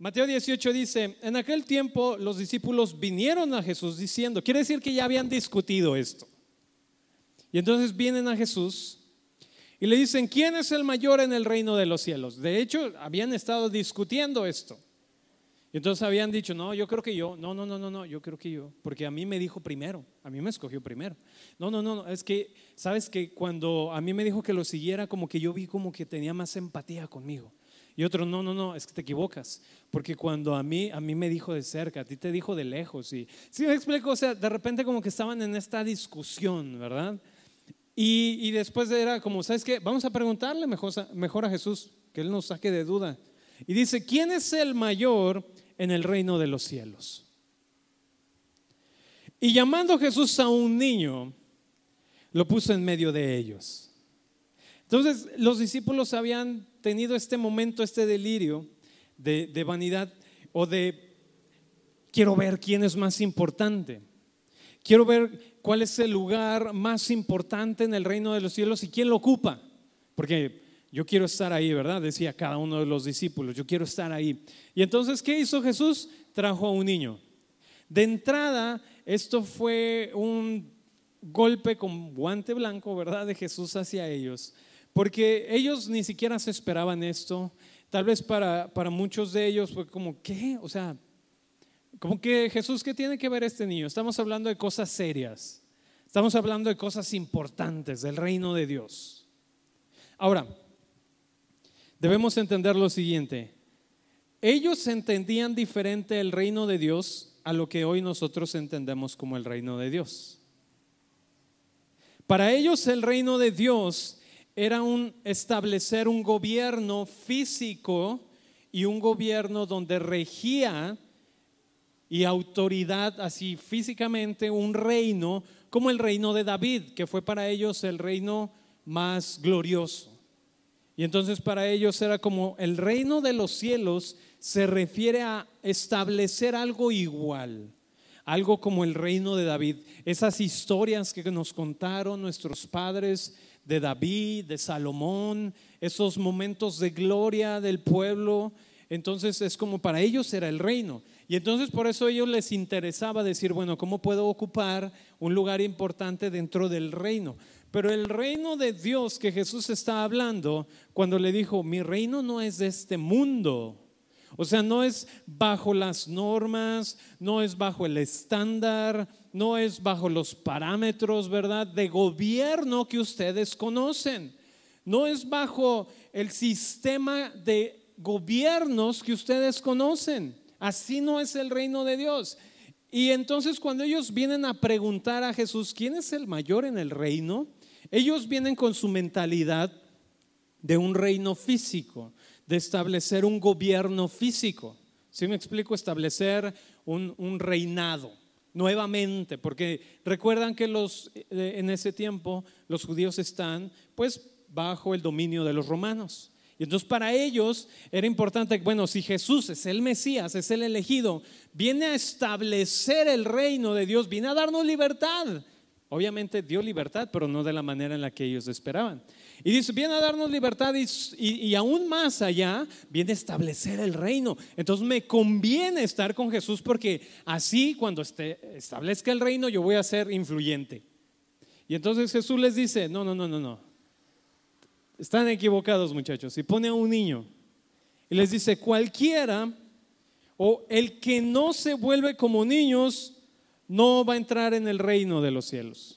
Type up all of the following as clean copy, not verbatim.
Mateo 18 dice: en aquel tiempo los discípulos vinieron a Jesús diciendo, quiere decir que ya habían discutido esto. Y entonces vienen a Jesús y le dicen: ¿quién es el mayor en el reino de los cielos? De hecho, habían estado discutiendo esto. Y entonces habían dicho: no, yo creo que yo. No, yo creo que yo. Porque a mí me dijo primero, a mí me escogió primero. No, es que, ¿sabes que cuando a mí me dijo que lo siguiera, como que yo vi como que tenía más empatía conmigo? Y otro: no, es que te equivocas. Porque cuando a mí me dijo de cerca, a ti te dijo de lejos. Y sí me explico, o sea, de repente como que estaban en esta discusión, ¿verdad? Y después era como: ¿sabes qué? Vamos a preguntarle mejor a Jesús, que Él nos saque de duda. Y dice: ¿quién es el mayor en el reino de los cielos? Y llamando Jesús a un niño, lo puso en medio de ellos. Entonces los discípulos habían tenido este momento, este delirio de vanidad, o de: quiero ver quién es más importante. Quiero ver cuál es el lugar más importante en el reino de los cielos y quién lo ocupa. Porque yo quiero estar ahí, ¿verdad? Decía cada uno de los discípulos: yo quiero estar ahí. Y entonces, ¿qué hizo Jesús? Trajo a un niño. De entrada, esto fue un golpe con guante blanco, ¿verdad? De Jesús hacia ellos. Porque ellos ni siquiera se esperaban esto. Tal vez para muchos de ellos fue como: ¿qué? O sea, como que Jesús, ¿qué tiene que ver este niño? Estamos hablando de cosas serias. Estamos hablando de cosas importantes del reino de Dios. Ahora, debemos entender lo siguiente: ellos entendían diferente el reino de Dios a lo que hoy nosotros entendemos como el reino de Dios. Para ellos el reino de Dios era establecer un gobierno físico y un gobierno donde regía y autoridad así físicamente un reino como el reino de David, que fue para ellos el reino más glorioso. Y entonces para ellos era como: el reino de los cielos se refiere a establecer algo igual, algo como el reino de David. Esas historias que nos contaron nuestros padres de David, de Salomón, esos momentos de gloria del pueblo. Entonces es como para ellos era el reino. Y entonces por eso a ellos les interesaba decir: bueno, ¿cómo puedo ocupar un lugar importante dentro del reino? Pero el reino de Dios que Jesús está hablando, cuando le dijo: mi reino no es de este mundo. O sea, no es bajo las normas, no es bajo el estándar, no es bajo los parámetros, ¿verdad?, de gobierno que ustedes conocen. No es bajo el sistema de gobiernos que ustedes conocen. Así no es el reino de Dios. Y entonces cuando ellos vienen a preguntar a Jesús: ¿quién es el mayor en el reino?, ellos vienen con su mentalidad de un reino físico, de establecer un gobierno físico. ¿Sí me explico? Establecer un reinado nuevamente, porque recuerdan que en ese tiempo los judíos están pues bajo el dominio de los romanos. Y entonces para ellos era importante: bueno, si Jesús es el Mesías, es el elegido, viene a establecer el reino de Dios, viene a darnos libertad. Obviamente dio libertad, pero no de la manera en la que ellos esperaban. Y dice: viene a darnos libertad y aún más allá, viene a establecer el reino. Entonces me conviene estar con Jesús, porque así cuando establezca el reino yo voy a ser influyente. Y entonces Jesús les dice: no. Están equivocados, muchachos. Y pone a un niño y les dice: cualquiera o el que no se vuelve como niños no va a entrar en el reino de los cielos.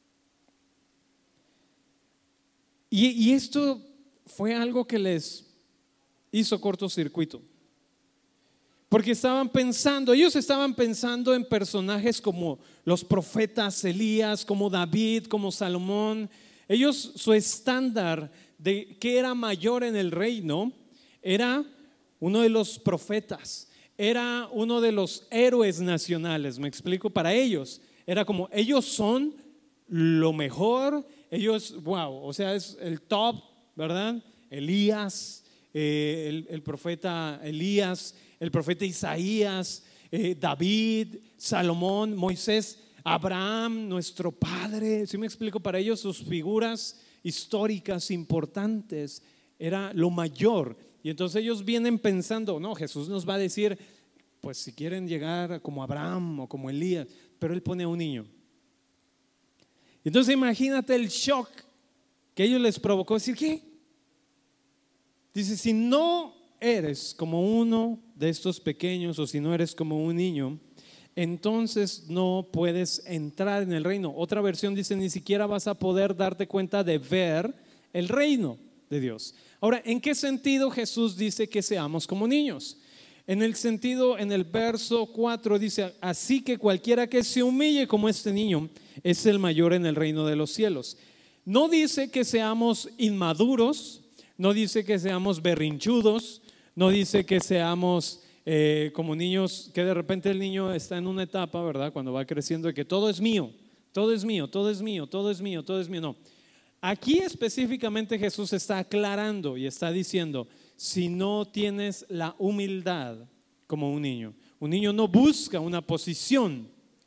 Y esto fue algo que les hizo cortocircuito, porque ellos estaban pensando en personajes como los profetas Elías, como David, como Salomón. Ellos, su estándar de qué era mayor en el reino era uno de los profetas, era uno de los héroes nacionales. Me explico, para ellos era como: ellos son lo mejor, ellos, wow, o sea, es el top, ¿verdad? Elías, el profeta Elías, el profeta Isaías, David, Salomón, Moisés, Abraham, nuestro padre. ¿Sí me explico? Para ellos sus figuras históricas importantes era lo mayor. Y entonces ellos vienen pensando, no, Jesús nos va a decir, pues si quieren llegar como Abraham o como Elías, pero él pone a un niño. Entonces imagínate el shock que ellos les provocó, decir, ¿qué? Dice, si no eres como uno de estos pequeños o si no eres como un niño, entonces no puedes entrar en el reino. Otra versión dice, ni siquiera vas a poder darte cuenta de ver el reino de Dios. Ahora, ¿en qué sentido Jesús dice que seamos como niños? En el sentido, en el verso 4 dice, así que cualquiera que se humille como este niño es el mayor en el reino de los cielos. No dice que seamos inmaduros, no dice que seamos berrinchudos, no dice que seamos como niños, que de repente el niño está en una etapa, ¿verdad? Cuando va creciendo, de que todo es mío, todo es mío, todo es mío, todo es mío, todo es mío. No, aquí específicamente Jesús está aclarando y está diciendo, si no tienes la humildad como un niño no busca una posición.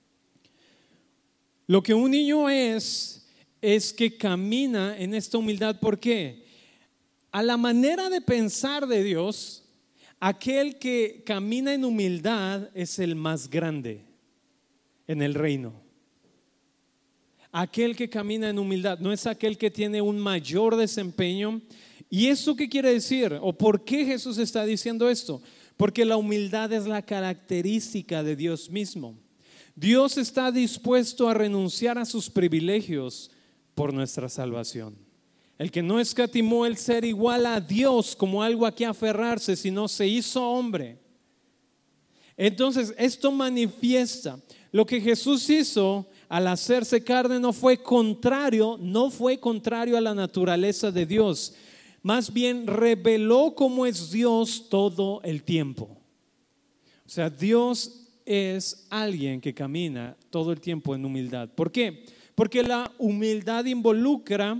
Lo que un niño es que camina en esta humildad. ¿Por qué? A la manera de pensar de Dios, aquel que camina en humildad es el más grande en el reino. Aquel que camina en humildad no es aquel que tiene un mayor desempeño. ¿Y eso qué quiere decir? ¿O por qué Jesús está diciendo esto? Porque la humildad es la característica de Dios mismo. Dios está dispuesto a renunciar a sus privilegios por nuestra salvación. El que no escatimó el ser igual a Dios como algo a que aferrarse, sino se hizo hombre. Entonces esto manifiesta lo que Jesús hizo al hacerse carne. No fue contrario a la naturaleza de Dios. Más bien reveló cómo es Dios todo el tiempo. O sea, Dios es alguien que camina todo el tiempo en humildad. ¿Por qué? Porque la humildad involucra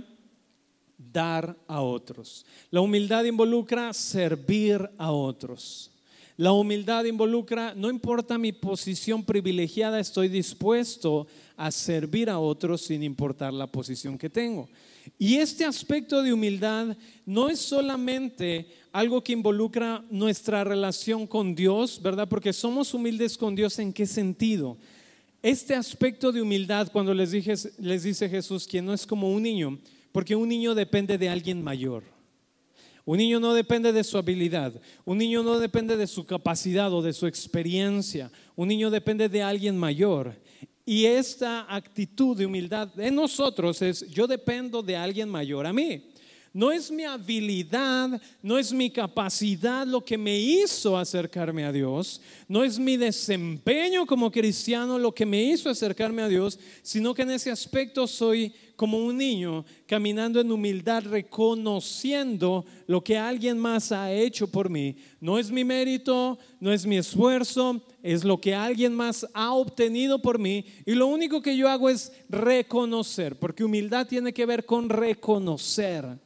dar a otros. La humildad involucra servir a otros. La humildad involucra, no importa mi posición privilegiada, estoy dispuesto a servir a otros sin importar la posición que tengo. Y este aspecto de humildad no es solamente algo que involucra nuestra relación con Dios, ¿verdad? Porque somos humildes con Dios. ¿En qué sentido? Este aspecto de humildad, cuando les dice Jesús que no es como un niño, porque un niño depende de alguien mayor. Un niño no depende de su habilidad, un niño no depende de su capacidad o de su experiencia, un niño depende de alguien mayor. Y esta actitud de humildad en nosotros es: yo dependo de alguien mayor a mí. No es mi habilidad, no es mi capacidad lo que me hizo acercarme a Dios, no es mi desempeño como cristiano lo que me hizo acercarme a Dios, sino que en ese aspecto soy como un niño caminando en humildad, reconociendo lo que alguien más ha hecho por mí. No es mi mérito, no es mi esfuerzo, es lo que alguien más ha obtenido por mí, y lo único que yo hago es reconocer, porque humildad tiene que ver con reconocer.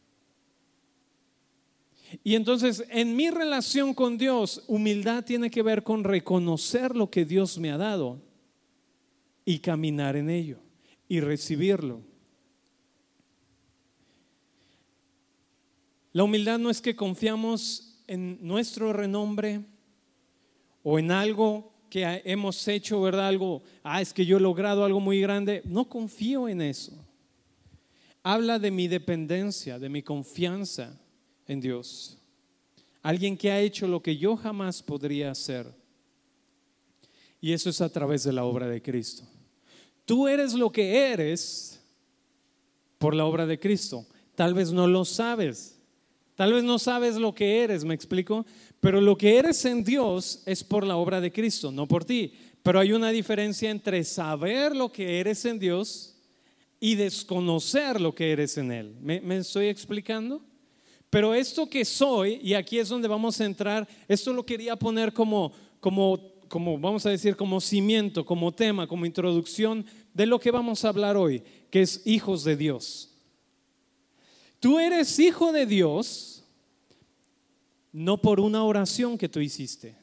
Y entonces en mi relación con Dios, humildad tiene que ver con reconocer lo que Dios me ha dado y caminar en ello y recibirlo. La humildad no es que confiamos en nuestro renombre o en algo que hemos hecho, ¿verdad? Algo, es que yo he logrado algo muy grande. No confío en eso. Habla de mi dependencia, de mi confianza en Dios. Alguien que ha hecho lo que yo jamás podría hacer. Y eso es a través de la obra de Cristo. Tú eres lo que eres por la obra de Cristo. Tal vez no lo sabes. Tal vez no sabes lo que eres, ¿me explico? Pero lo que eres en Dios es por la obra de Cristo, no por ti. Pero hay una diferencia entre saber lo que eres en Dios y desconocer lo que eres en Él. ¿Me estoy explicando? Pero esto que soy, y aquí es donde vamos a entrar, esto lo quería poner como vamos a decir, como cimiento, como tema, como introducción de lo que vamos a hablar hoy, que es hijos de Dios. Tú eres hijo de Dios no por una oración que tú hiciste.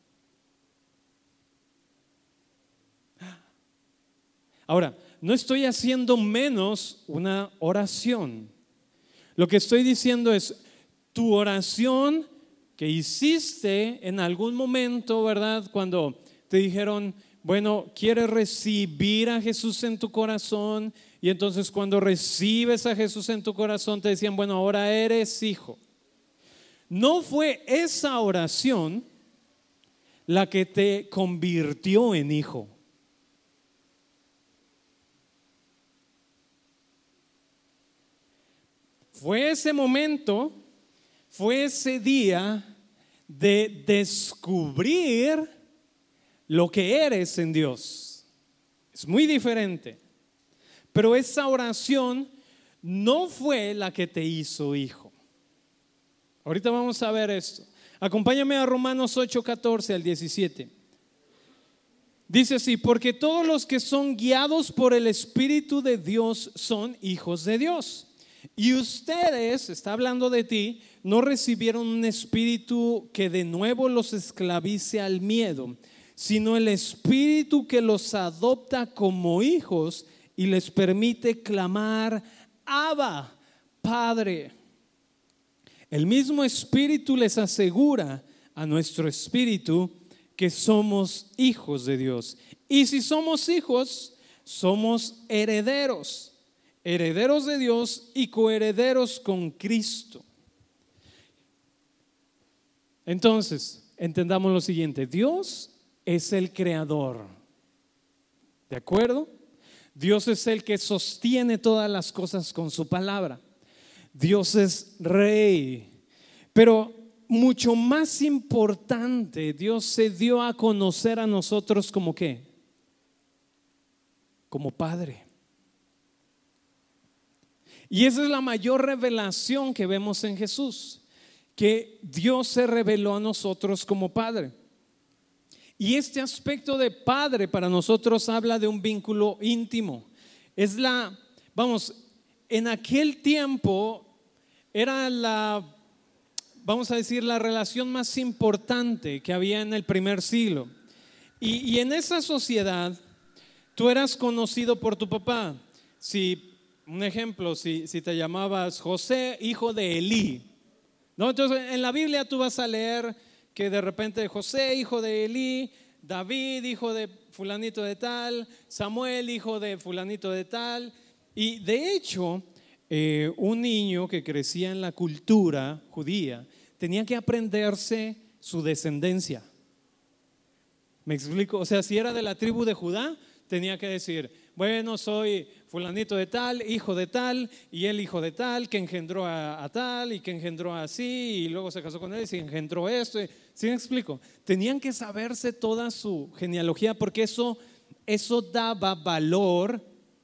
Ahora, no estoy haciendo menos una oración. Lo que estoy diciendo es: tu oración que hiciste en algún momento, ¿verdad? Cuando te dijeron, bueno, ¿quieres recibir a Jesús en tu corazón? Y entonces cuando recibes a Jesús en tu corazón te decían, bueno, ahora eres hijo. No fue esa oración la que te convirtió en hijo. Fue ese momento, fue ese día de descubrir lo que eres en Dios. Es muy diferente. Pero esa oración no fue la que te hizo hijo. Ahorita vamos a ver esto. Acompáñame a Romanos 8, 14 al 17. Dice así, porque todos los que son guiados por el Espíritu de Dios son hijos de Dios. Y ustedes, está hablando de ti, no recibieron un espíritu que de nuevo los esclavice al miedo, sino el espíritu que los adopta como hijos y les permite clamar, Abba, Padre. El mismo espíritu les asegura a nuestro espíritu que somos hijos de Dios. Y si somos hijos, somos herederos. Herederos de Dios y coherederos con Cristo. Entonces, entendamos lo siguiente: Dios es el creador, ¿de acuerdo? Dios es el que sostiene todas las cosas con su palabra. Dios es rey, pero mucho más importante, Dios se dio a conocer a nosotros como ¿qué? Como Padre. Y esa es la mayor revelación que vemos en Jesús, que Dios se reveló a nosotros como Padre. Y este aspecto de Padre para nosotros habla de un vínculo íntimo. En aquel tiempo era vamos a decir, la relación más importante que había en el primer siglo. Y en esa sociedad, tú eras conocido por tu papá. Un ejemplo, si te llamabas José, hijo de Elí, ¿no? Entonces en la Biblia tú vas a leer que de repente José, hijo de Elí, David, hijo de fulanito de tal, Samuel, hijo de fulanito de tal. Y de hecho, un niño que crecía en la cultura judía tenía que aprenderse su descendencia. ¿Me explico? O sea, si era de la tribu de Judá, tenía que decir, bueno, soy fulanito de tal, hijo de tal, y él hijo de tal, que engendró a tal, y que engendró así, y luego se casó con él y se engendró esto. ¿Sí me explico? Tenían que saberse toda su genealogía, porque eso daba valor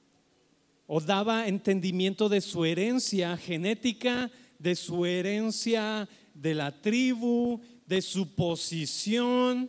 o daba entendimiento de su herencia genética, de su herencia de la tribu, de su posición.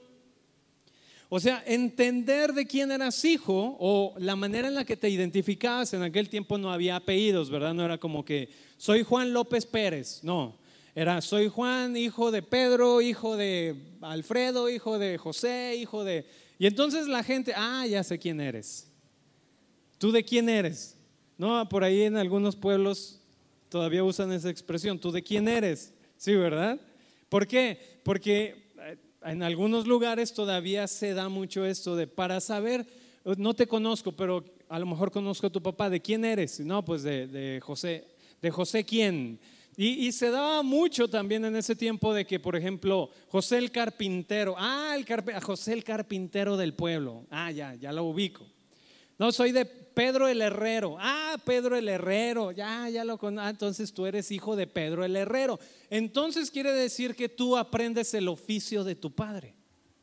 O sea, entender de quién eras hijo o la manera en la que te identificabas. En aquel tiempo no había apellidos, ¿verdad? No era como que soy Juan López Pérez, no. Era soy Juan, hijo de Pedro, hijo de Alfredo, hijo de José, hijo de... Y entonces la gente, ya sé quién eres. ¿Tú de quién eres? No, por ahí en algunos pueblos todavía usan esa expresión, ¿tú de quién eres? Sí, ¿verdad? ¿Por qué? Porque en algunos lugares todavía se da mucho esto de para saber, no te conozco, pero a lo mejor conozco a tu papá, ¿de quién eres? No, pues de José. ¿De José quién? Y se daba mucho también en ese tiempo de que, por ejemplo, José el carpintero, José el carpintero del pueblo, ya lo ubico. No, soy de Pedro el herrero. Pedro el herrero, ya lo conozco. Entonces tú eres hijo de Pedro el herrero. Entonces quiere decir que tú aprendes el oficio de tu padre.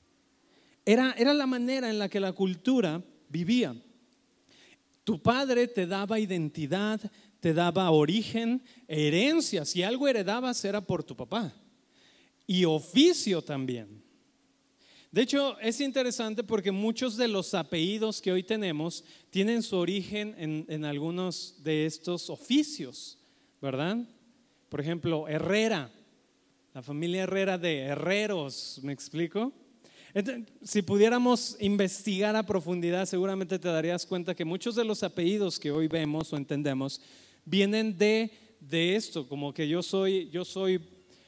Era la manera en la que la cultura vivía. Tu padre te daba identidad, te daba origen, herencia. Si algo heredabas era por tu papá. Y oficio también. De hecho, es interesante porque muchos de los apellidos que hoy tenemos tienen su origen en algunos de estos oficios, ¿verdad? Por ejemplo, Herrera, la familia Herrera de herreros, ¿me explico? Entonces, si pudiéramos investigar a profundidad, seguramente te darías cuenta que muchos de los apellidos que hoy vemos o entendemos vienen de esto, como que yo soy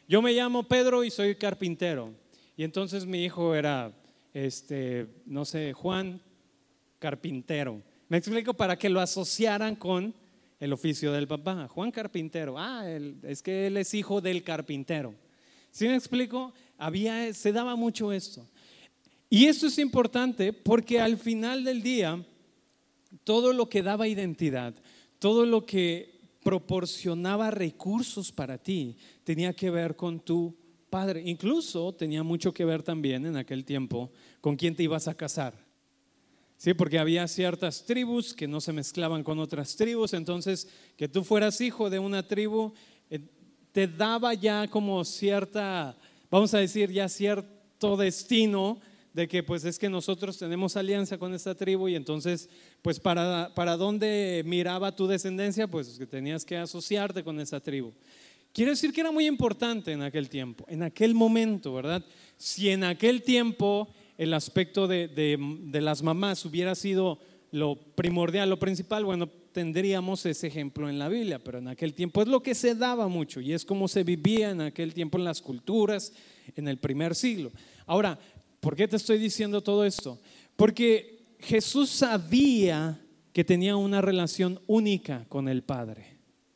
yo me llamo Pedro y soy carpintero. Y entonces mi hijo era, no sé, Juan Carpintero. Me explico, para que lo asociaran con el oficio del papá. Juan Carpintero, es que él es hijo del carpintero. ¿Sí me explico? Se daba mucho esto. Y esto es importante porque al final del día, todo lo que daba identidad, todo lo que proporcionaba recursos para ti, tenía que ver con tu padre. Incluso tenía mucho que ver también en aquel tiempo con quién te ibas a casar. Sí, porque había ciertas tribus que no se mezclaban con otras tribus. Entonces, que tú fueras hijo de una tribu te daba ya como cierta, vamos a decir, ya cierto destino de que pues es que nosotros tenemos alianza con esta tribu, y entonces pues para dónde miraba tu descendencia, pues que tenías que asociarte con esa tribu. Quiero decir que era muy importante en aquel tiempo, en aquel momento, ¿verdad? Si en aquel tiempo el aspecto de las mamás hubiera sido lo primordial, lo principal, bueno, tendríamos ese ejemplo en la Biblia, pero en aquel tiempo es lo que se daba mucho y es como se vivía en aquel tiempo en las culturas, en el primer siglo. Ahora, ¿por qué te estoy diciendo todo esto? Porque Jesús sabía que tenía una relación única con el Padre.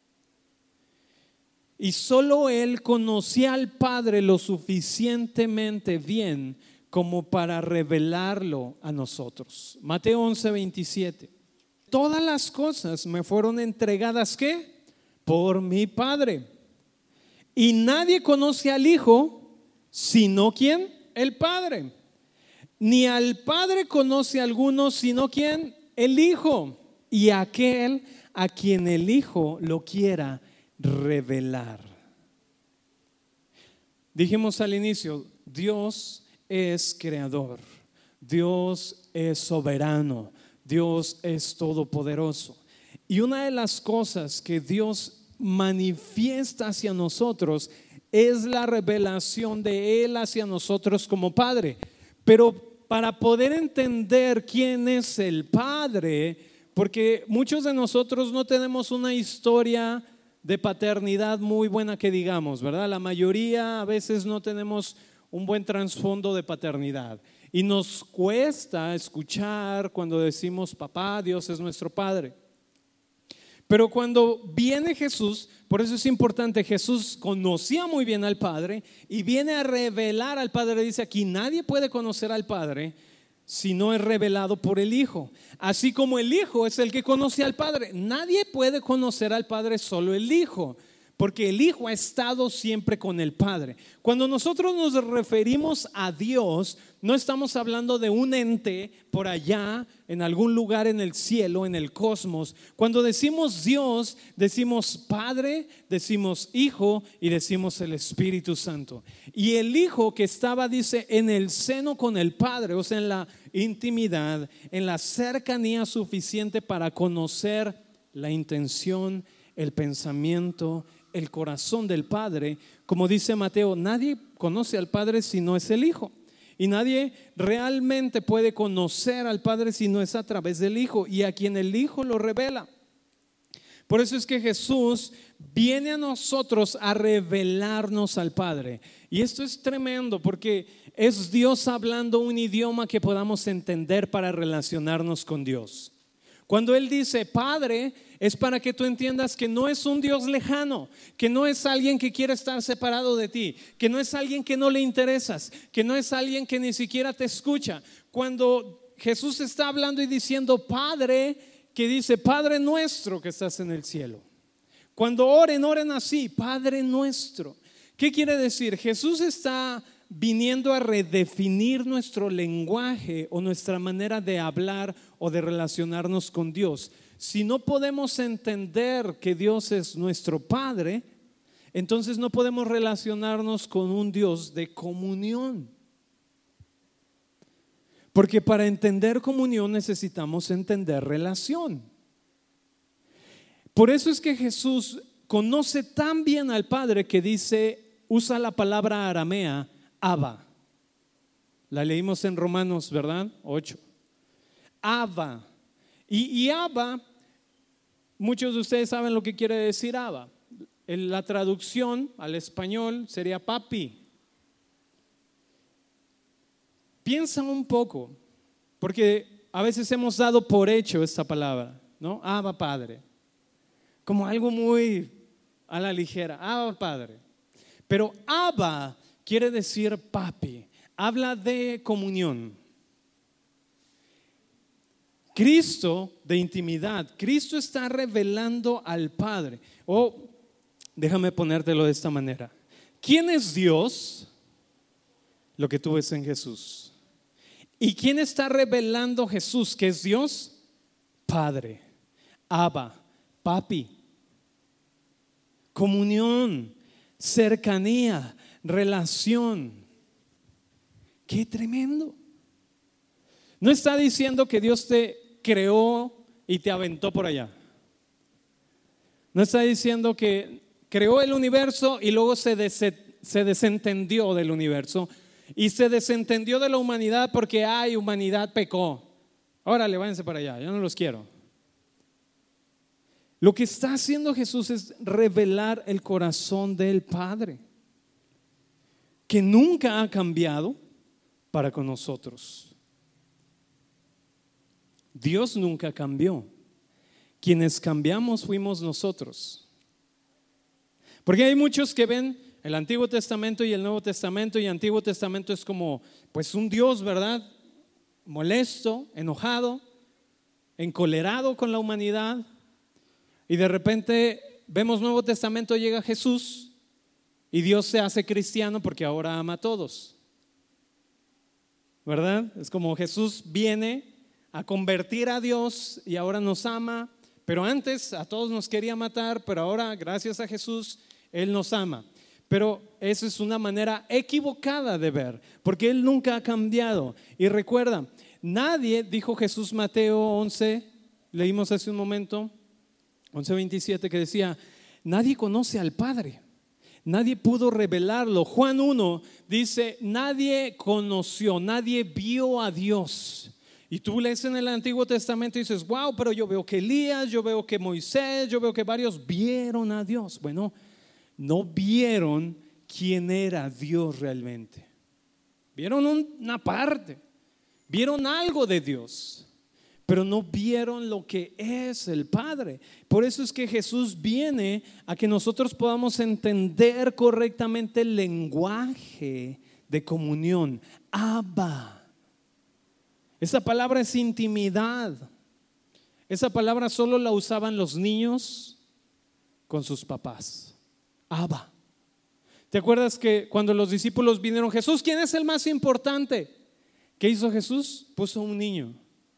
Y solo Él conocía al Padre lo suficientemente bien como para revelarlo a nosotros. Mateo 11:27. Todas las cosas me fueron entregadas, ¿qué? Por mi Padre. Y nadie conoce al Hijo sino ¿quién? El Padre. Ni al Padre conoce a alguno sino ¿quién? El Hijo. Y aquel a quien el Hijo lo quiera revelar. Dijimos al inicio, Dios es creador, Dios es soberano, Dios es todopoderoso. Y una de las cosas que Dios manifiesta hacia nosotros es la revelación de Él hacia nosotros como Padre. Pero para poder entender quién es el Padre, porque muchos de nosotros no tenemos una historia de paternidad muy buena que digamos, ¿verdad? La mayoría a veces no tenemos un buen trasfondo de paternidad y nos cuesta escuchar cuando decimos papá, Dios es nuestro Padre. Pero cuando viene Jesús, por eso es importante, Jesús conocía muy bien al Padre y viene a revelar al Padre. Dice aquí, nadie puede conocer al Padre si no es revelado por el Hijo. Así como el Hijo es el que conoce al Padre, nadie puede conocer al Padre, solo el Hijo, porque el Hijo ha estado siempre con el Padre. Cuando nosotros nos referimos a Dios, no estamos hablando de un ente por allá, en algún lugar en el cielo, en el cosmos. Cuando decimos Dios, decimos Padre, decimos Hijo y decimos el Espíritu Santo. Y el Hijo que estaba, dice, en el seno con el Padre, o sea, en la intimidad, en la cercanía suficiente para conocer la intención, el pensamiento, el corazón del Padre. Como dice Mateo, nadie conoce al Padre si no es el Hijo. Y nadie realmente puede conocer al Padre si no es a través del Hijo, y a quien el Hijo lo revela. Por eso es que Jesús viene a nosotros a revelarnos al Padre. Y esto es tremendo porque es Dios hablando un idioma que podamos entender para relacionarnos con Dios. Cuando Él dice Padre, es para que tú entiendas que no es un Dios lejano, que no es alguien que quiere estar separado de ti, que no es alguien que no le interesas, que no es alguien que ni siquiera te escucha. Cuando Jesús está hablando y diciendo Padre, que dice Padre nuestro que estás en el cielo. Cuando oren así, Padre nuestro. ¿Qué quiere decir? Jesús está viniendo a redefinir nuestro lenguaje o nuestra manera de hablar o de relacionarnos con Dios. Si no podemos entender que Dios es nuestro Padre, entonces no podemos relacionarnos con un Dios de comunión. Porque para entender comunión necesitamos entender relación. Por eso es que Jesús conoce tan bien al Padre que usa la palabra aramea Abba. La leímos en Romanos, ¿verdad? 8. Abba. Y Abba, muchos de ustedes saben lo que quiere decir Abba. la traducción al español sería papi. Piensa un poco, porque a veces hemos dado por hecho esta palabra, ¿no? Abba Padre, como algo muy a la ligera, Abba Padre. Pero Abba quiere decir papi, habla de comunión. Cristo de intimidad, Cristo está revelando al Padre. O déjame ponértelo de esta manera. ¿Quién es Dios? Lo que tú ves en Jesús. ¿Y quién está revelando Jesús que es Dios? Padre, Abba, papi. Comunión, cercanía, relación. ¡Qué tremendo! No está diciendo que Dios te creó y te aventó por allá. No está diciendo que creó el universo y luego se desentendió del universo y se desentendió de la humanidad porque humanidad pecó. Órale, váyanse para allá, yo no los quiero. Lo que está haciendo Jesús es revelar el corazón del Padre, que nunca ha cambiado para con nosotros. Dios nunca cambió. Quienes cambiamos fuimos nosotros. Porque hay muchos que ven el Antiguo Testamento y el Nuevo Testamento, y el Antiguo Testamento es como pues un Dios, ¿verdad? Molesto, enojado, encolerado con la humanidad. Y de repente vemos Nuevo Testamento, llega Jesús y Dios se hace cristiano porque ahora ama a todos, ¿verdad? Es como Jesús viene a convertir a Dios y ahora nos ama, pero antes a todos nos quería matar, pero ahora gracias a Jesús Él nos ama. Pero eso es una manera equivocada de ver, porque Él nunca ha cambiado. Y recuerda, nadie, dijo Jesús, Mateo 11, leímos hace un momento, 11:27, que decía, nadie conoce al Padre, nadie pudo revelarlo. Juan 1 dice, nadie conoció, nadie vio a Dios. Y tú lees en el Antiguo Testamento y dices, wow, pero yo veo que Elías, yo veo que Moisés, yo veo que varios vieron a Dios. Bueno, no vieron quién era Dios realmente. Vieron una parte, vieron algo de Dios, pero no vieron lo que es el Padre. Por eso es que Jesús viene a que nosotros podamos entender correctamente el lenguaje de comunión. Abba. Esa palabra es intimidad. Esa palabra solo la usaban los niños con sus papás. Abba. ¿Te acuerdas que cuando los discípulos vinieron, Jesús, ¿quién es el más importante? ¿Qué hizo Jesús? Puso un niño.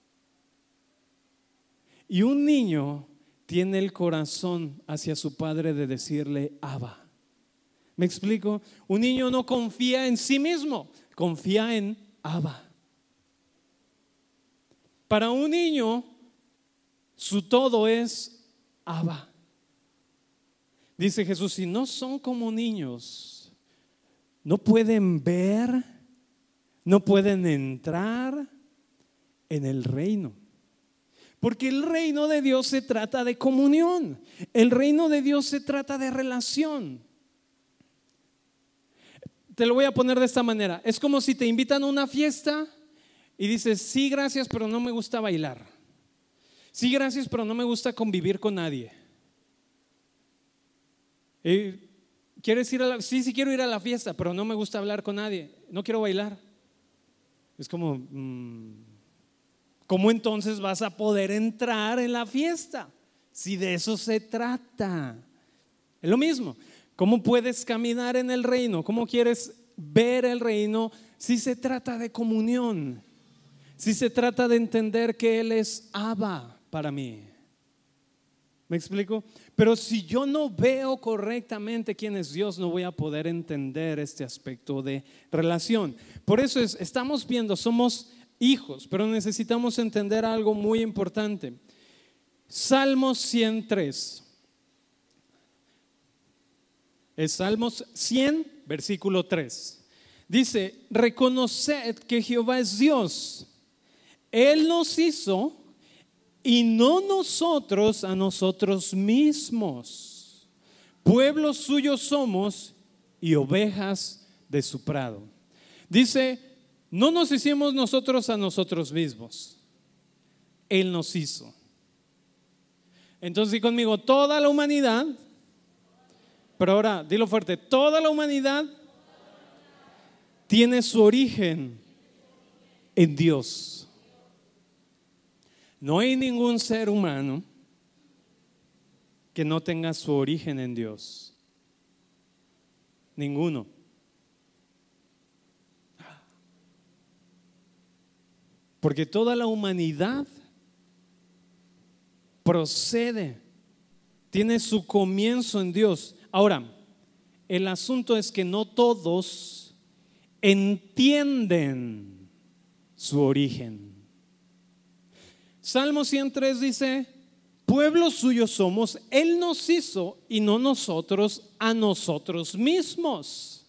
Y un niño tiene el corazón hacia su padre de decirle Abba. ¿Me explico? Un niño no confía en sí mismo, confía en Abba. Para un niño, su todo es Abba. Dice Jesús, si no son como niños, no pueden ver, no pueden entrar en el reino. Porque el reino de Dios se trata de comunión. El reino de Dios se trata de relación. Te lo voy a poner de esta manera. Es como si te invitan a una fiesta y dices, sí, gracias, pero no me gusta bailar. Sí, gracias, pero no me gusta convivir con nadie. ¿Quieres ir a la? Sí, quiero ir a la fiesta, pero no me gusta hablar con nadie. No quiero bailar. Es como, ¿cómo entonces vas a poder entrar en la fiesta? Si de eso se trata. Es lo mismo. ¿Cómo puedes caminar en el reino? ¿Cómo quieres ver el reino si se trata de comunión? Si se trata de entender que Él es Abba para mí. ¿Me explico? Pero si yo no veo correctamente quién es Dios, no voy a poder entender este aspecto de relación. Por eso estamos viendo, somos hijos, pero necesitamos entender algo muy importante. Salmos 103. Es Salmos 100, versículo 3. Dice, reconoced que Jehová es Dios. Él nos hizo y no nosotros a nosotros mismos. pueblo suyo somos y ovejas de su prado. Dice, no nos hicimos nosotros a nosotros mismos, Él nos hizo. Entonces di conmigo, toda la humanidad, pero ahora dilo fuerte, toda la humanidad tiene su origen en Dios. No hay ningún ser humano que no tenga su origen en Dios. Ninguno. Porque toda la humanidad procede, tiene su comienzo en Dios. Ahora, el asunto es que no todos entienden su origen. Salmo 103 dice, pueblo suyo somos, Él nos hizo y no nosotros a nosotros mismos.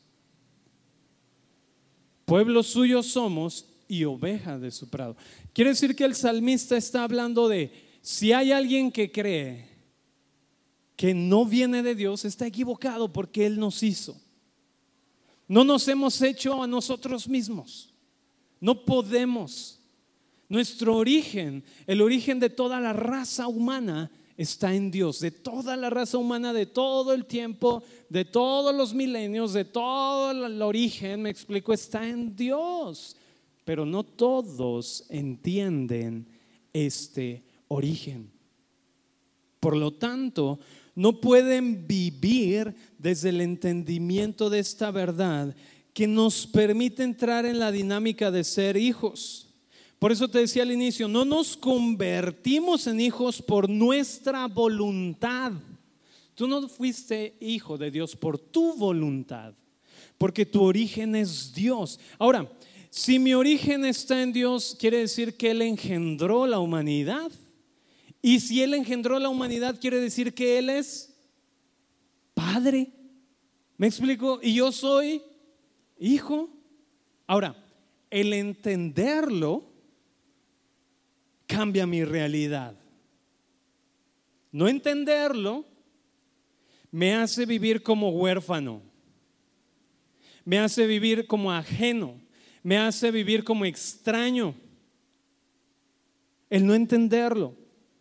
Pueblo suyo somos y oveja de su prado. Quiere decir que el salmista está hablando de, si hay alguien que cree que no viene de Dios, está equivocado porque Él nos hizo. No nos hemos hecho a nosotros mismos. No podemos. Nuestro origen, el origen de toda la raza humana está en Dios. De toda la raza humana, de todo el tiempo, de todos los milenios, de todo el origen, me explico, está en Dios. Pero no todos entienden este origen. Por lo tanto, no pueden vivir desde el entendimiento de esta verdad que nos permite entrar en la dinámica de ser hijos. Por eso te decía al inicio, no nos convertimos en hijos por nuestra voluntad. Tú no fuiste hijo de Dios por tu voluntad, porque tu origen es Dios. Ahora, si mi origen está en Dios, quiere decir que Él engendró la humanidad. Y si Él engendró la humanidad, quiere decir que Él es Padre. ¿Me explico? Y yo soy hijo. Ahora, el entenderlo cambia mi realidad. No entenderlo me hace vivir como huérfano, me hace vivir como ajeno, me hace vivir como extraño. El no entenderlo.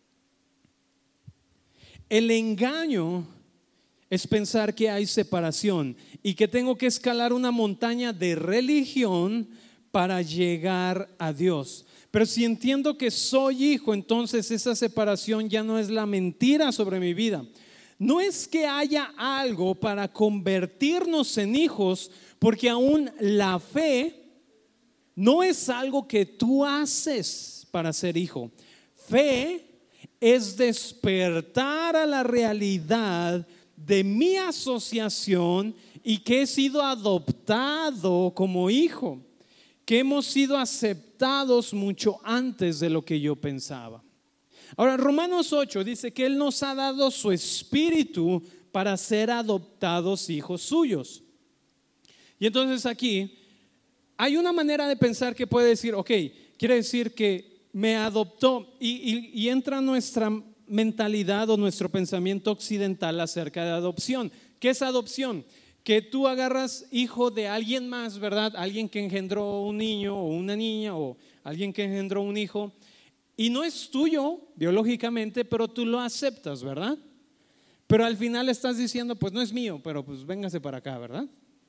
El engaño es pensar que hay separación y que tengo que escalar una montaña de religión para llegar a Dios. Pero si entiendo que soy hijo, entonces esa separación ya no es la mentira sobre mi vida. No es que haya algo para convertirnos en hijos, porque aún la fe no es algo que tú haces para ser hijo. Fe es despertar a la realidad de mi asociación y que he sido adoptado como hijo, que hemos sido aceptados mucho antes de lo que yo pensaba. Ahora, Romanos 8 dice que Él nos ha dado su espíritu para ser adoptados hijos suyos. Y entonces aquí hay una manera de pensar que puede decir, ok, quiere decir que me adoptó y entra nuestra mentalidad o nuestro pensamiento occidental acerca de adopción. ¿Qué es adopción? Que tú agarras hijo de alguien más, ¿verdad? Alguien que engendró un niño o una niña o alguien que engendró un hijo y no es tuyo biológicamente, pero tú lo aceptas, ¿verdad? Pero al final estás diciendo, pues no es mío, pero pues véngase para acá, ¿verdad?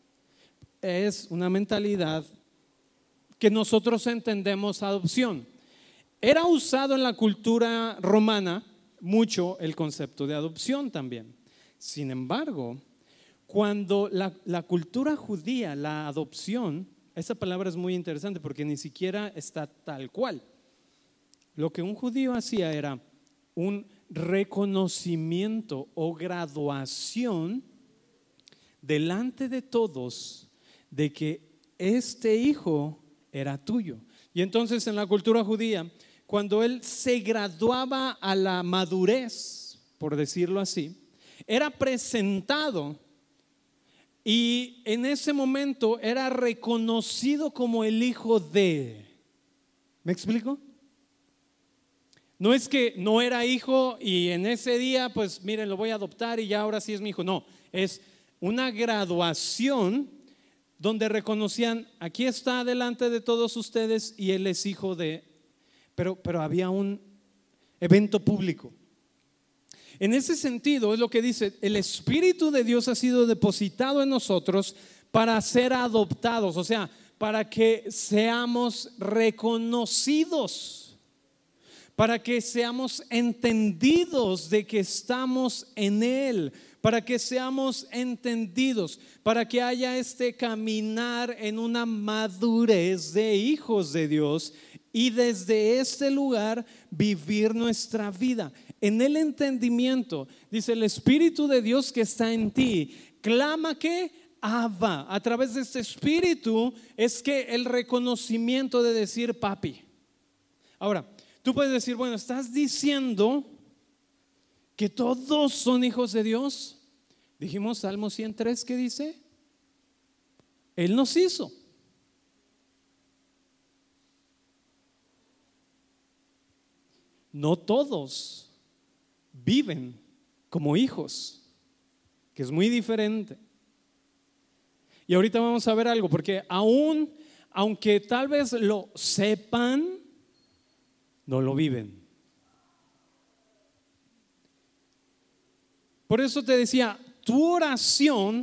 Es una mentalidad que nosotros entendemos adopción. Era usado en la cultura romana mucho el concepto de adopción también. Sin embargo, cuando la cultura judía, la adopción, esa palabra es muy interesante porque ni siquiera está tal cual. Lo que un judío hacía era un reconocimiento o graduación delante de todos de que este hijo era tuyo. Y entonces en la cultura judía, cuando él se graduaba a la madurez, por decirlo así, era presentado y en ese momento era reconocido como el hijo de. ¿Me explico? No es que no era hijo y en ese día, pues miren, lo voy a adoptar y ya ahora sí es mi hijo. No, Es una graduación donde reconocían, aquí está delante de todos ustedes y él es hijo de, pero había un evento público. En ese sentido es lo que dice, el Espíritu de Dios ha sido depositado en nosotros para ser adoptados, o sea, para que seamos reconocidos, para que seamos entendidos de que estamos en Él, para que seamos entendidos, para que haya este caminar en una madurez de hijos de Dios y desde este lugar vivir nuestra vida. En el entendimiento, dice el Espíritu de Dios que está en ti, clama que Abba. A través de este Espíritu es que el reconocimiento de decir papi. Ahora, tú puedes decir, bueno, ¿estás diciendo que todos son hijos de Dios? Dijimos Salmo 103, ¿qué dice? Él nos hizo. No todos viven como hijos, que es muy diferente. Y ahorita vamos a ver algo, porque aunque tal vez lo sepan, no lo viven. Por eso te decía, tu oración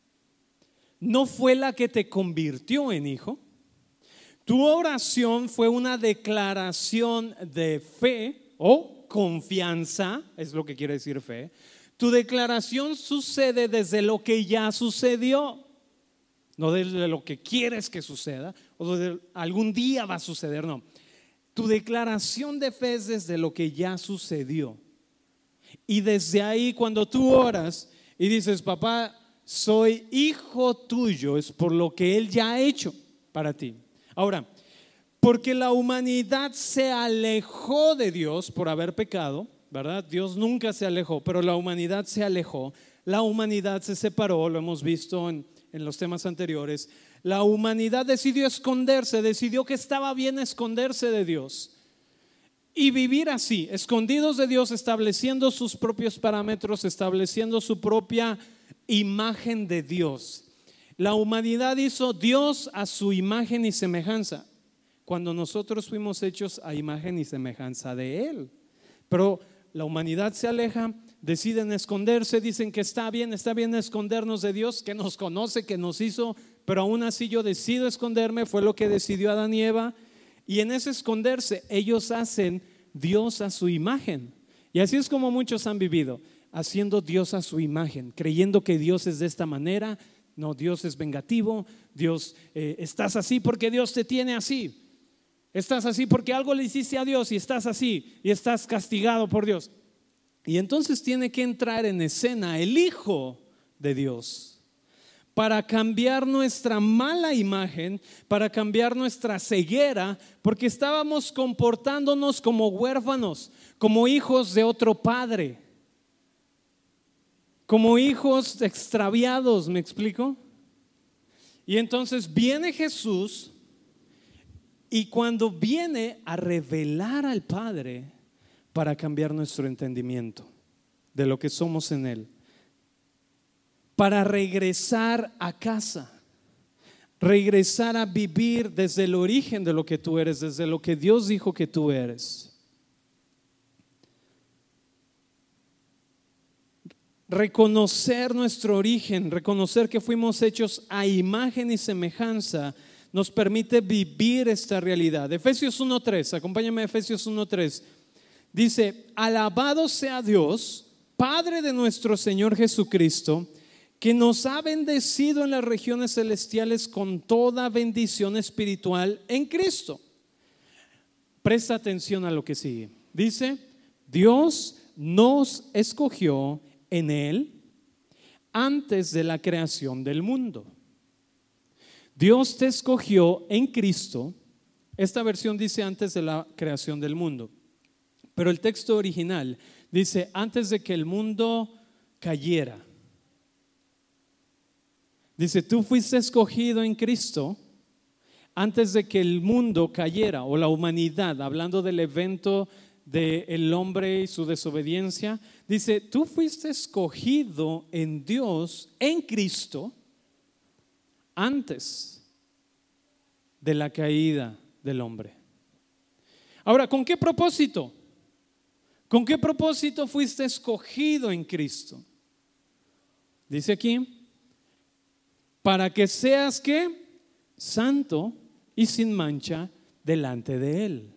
no fue la que te convirtió en hijo. Tu oración fue una declaración de fe o confianza, es lo que quiere decir fe. Tu declaración sucede desde lo que ya sucedió, no desde lo que quieres que suceda o desde algún día va a suceder, no. Tu declaración de fe es desde lo que ya sucedió. Y desde ahí cuando tú oras y dices, papá, soy hijo tuyo, es por lo que Él ya ha hecho para ti. Ahora, porque la humanidad se alejó de Dios por haber pecado, ¿verdad? Dios nunca se alejó, pero la humanidad se alejó. La humanidad se separó, lo hemos visto en los temas anteriores. La humanidad decidió esconderse, decidió que estaba bien esconderse de Dios y vivir así, escondidos de Dios, estableciendo sus propios parámetros, estableciendo su propia imagen de Dios. La humanidad hizo Dios a su imagen y semejanza, cuando nosotros fuimos hechos a imagen y semejanza de Él. Pero la humanidad se aleja, deciden esconderse, dicen que está bien escondernos de Dios, que nos conoce, que nos hizo, pero aún así yo decido esconderme, fue lo que decidió Adán y Eva. Y en ese esconderse ellos hacen Dios a su imagen. Y así es como muchos han vivido, haciendo Dios a su imagen, creyendo que Dios es de esta manera. No, Dios es vengativo. Dios, estás así porque Dios te tiene así. Estás así porque algo le hiciste a Dios y estás así y estás castigado por Dios. Y entonces tiene que entrar en escena el Hijo de Dios para cambiar nuestra mala imagen, para cambiar nuestra ceguera, porque estábamos comportándonos como huérfanos, como hijos de otro padre, como hijos extraviados, ¿me explico? Y entonces viene Jesús, y cuando viene a revelar al Padre para cambiar nuestro entendimiento de lo que somos en Él, para regresar a casa, regresar a vivir desde el origen de lo que tú eres, desde lo que Dios dijo que tú eres. Reconocer nuestro origen, reconocer que fuimos hechos a imagen y semejanza, nos permite vivir esta realidad. Efesios 1:3, acompáñame a Efesios 1:3. Dice, alabado sea Dios, Padre de nuestro Señor Jesucristo, que nos ha bendecido en las regiones celestiales con toda bendición espiritual en Cristo. Presta atención a lo que sigue. Dice, Dios nos escogió en Él antes de la creación del mundo. Dios te escogió en Cristo. Esta versión dice antes de la creación del mundo, pero el texto original dice antes de que el mundo cayera. Dice, tú fuiste escogido en Cristo antes de que el mundo cayera, o la humanidad, hablando del evento del hombre y su desobediencia. Dice, tú fuiste escogido en Dios, en Cristo, antes de la caída del hombre. Ahora, ¿con qué propósito? ¿Con qué propósito fuiste escogido en Cristo? Dice aquí, para que seas ¿qué? Santo y sin mancha delante de Él.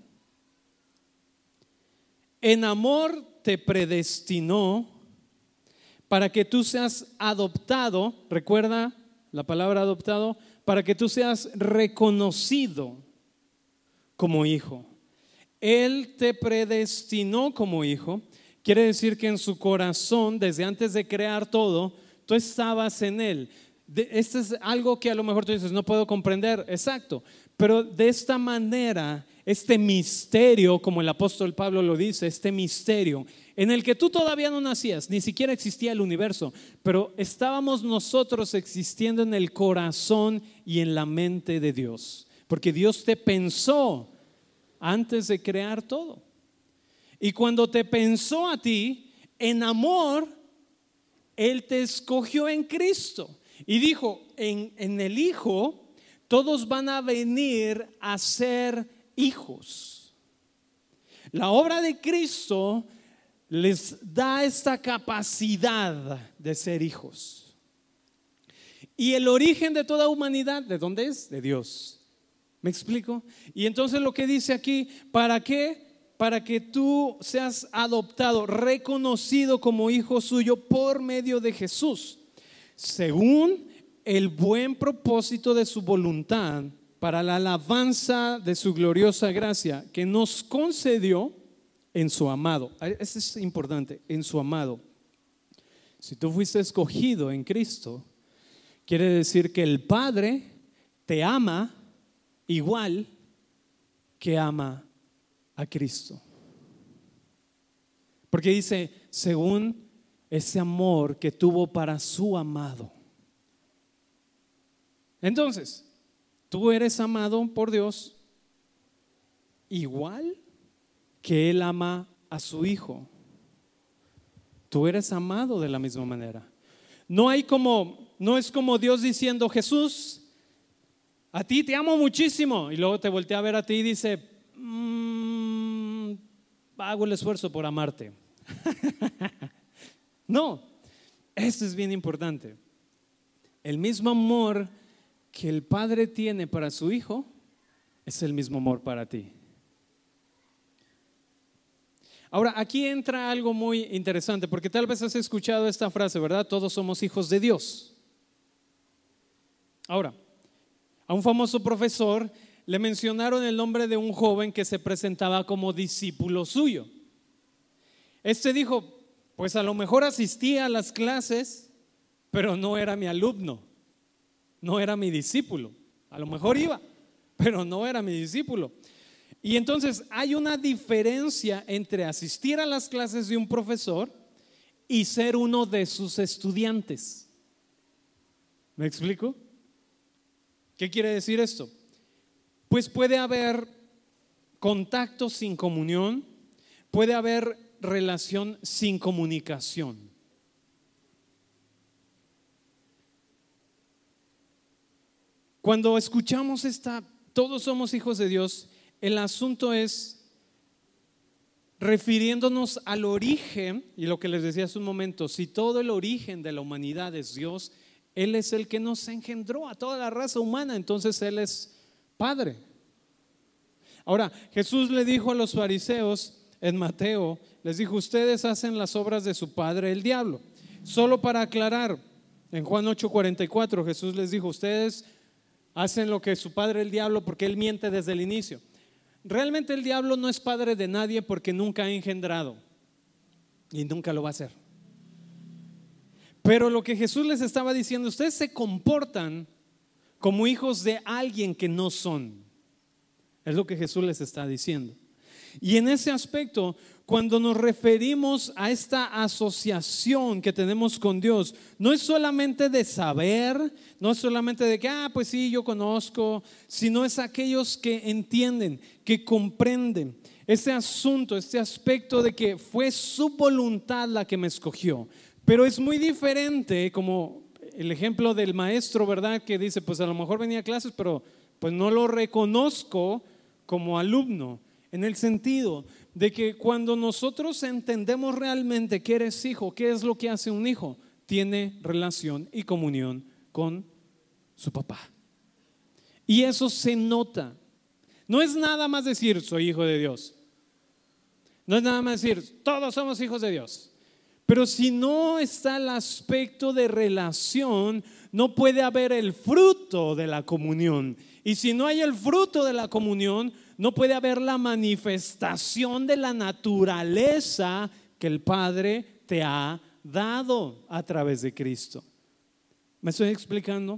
En amor te predestinó para que tú seas adoptado, recuerda la palabra adoptado, para que tú seas reconocido como hijo. Él te predestinó como hijo, quiere decir que en su corazón, desde antes de crear todo, tú estabas en Él. Esto es algo que a lo mejor tú dices, no puedo comprender, exacto, pero de esta manera, este misterio, como el apóstol Pablo lo dice, este misterio en el que tú todavía no nacías, ni siquiera existía el universo, pero estábamos nosotros existiendo en el corazón y en la mente de Dios, porque Dios te pensó antes de crear todo. Y cuando te pensó a ti, en amor, Él te escogió en Cristo. Y dijo, en el Hijo, todos van a venir a ser hijos. La obra de Cristo les da esta capacidad de ser hijos. Y el origen de toda humanidad, ¿de dónde es? De Dios. ¿Me explico? Y entonces lo que dice aquí, ¿para qué? Para que tú seas adoptado, reconocido como hijo suyo por medio de Jesús, según el buen propósito de su voluntad, para la alabanza de su gloriosa gracia que nos concedió en su amado. Eso es importante, en su amado. Si tú fuiste escogido en Cristo, quiere decir que el Padre te ama igual que ama a Cristo. Porque dice, según ese amor que tuvo para su amado. Entonces, tú eres amado por Dios igual que Él ama a su Hijo. Tú eres amado de la misma manera. No es como Dios diciendo, Jesús, a ti te amo muchísimo, y luego te voltea a ver a ti y dice, hago el esfuerzo por amarte. No, esto es bien importante. El mismo amor que el Padre tiene para su Hijo es el mismo amor para ti. Ahora, aquí entra algo muy interesante, porque tal vez has escuchado esta frase, ¿verdad? Todos somos hijos de Dios. Ahora, a un famoso profesor le mencionaron el nombre de un joven que se presentaba como discípulo suyo. Este dijo, pues a lo mejor asistía a las clases, pero no era mi alumno, no era mi discípulo. A lo mejor iba, pero no era mi discípulo. Y entonces hay una diferencia entre asistir a las clases de un profesor y ser uno de sus estudiantes. ¿Me explico? ¿Qué quiere decir esto? Pues puede haber contacto sin comunión, puede haber relación sin comunicación. Cuando escuchamos todos somos hijos de Dios, el asunto es refiriéndonos al origen, y lo que les decía hace un momento, si todo el origen de la humanidad es Dios, Él es el que nos engendró a toda la raza humana, entonces Él es Padre. Ahora, Jesús le dijo a los fariseos en Mateo, les dijo, ustedes hacen las obras de su padre el diablo. Solo para aclarar, en Juan 8:44 Jesús les dijo, ustedes hacen lo que su padre el diablo porque él miente desde el inicio. Realmente el diablo no es padre de nadie porque nunca ha engendrado y nunca lo va a hacer. Pero lo que Jesús les estaba diciendo, ustedes se comportan como hijos de alguien que no son. Es lo que Jesús les está diciendo. Y en ese aspecto, cuando nos referimos a esta asociación que tenemos con Dios, no es solamente de saber, no es solamente de que, pues sí, yo conozco, sino es aquellos que entienden, que comprenden. este asunto, este aspecto de que fue su voluntad la que me escogió. Pero es muy diferente, como el ejemplo del maestro, ¿verdad? Que dice, pues a lo mejor venía a clases, pero pues no lo reconozco como alumno. En el sentido de que cuando nosotros entendemos realmente que eres hijo, ¿qué es lo que hace un hijo? Tiene relación y comunión con su papá. Y eso se nota. No es nada más decir soy hijo de Dios. No es nada más decir todos somos hijos de Dios. Pero si no está el aspecto de relación, no puede haber el fruto de la comunión. Y si no hay el fruto de la comunión, no puede haber la manifestación de la naturaleza que el Padre te ha dado a través de Cristo. ¿Me estoy explicando?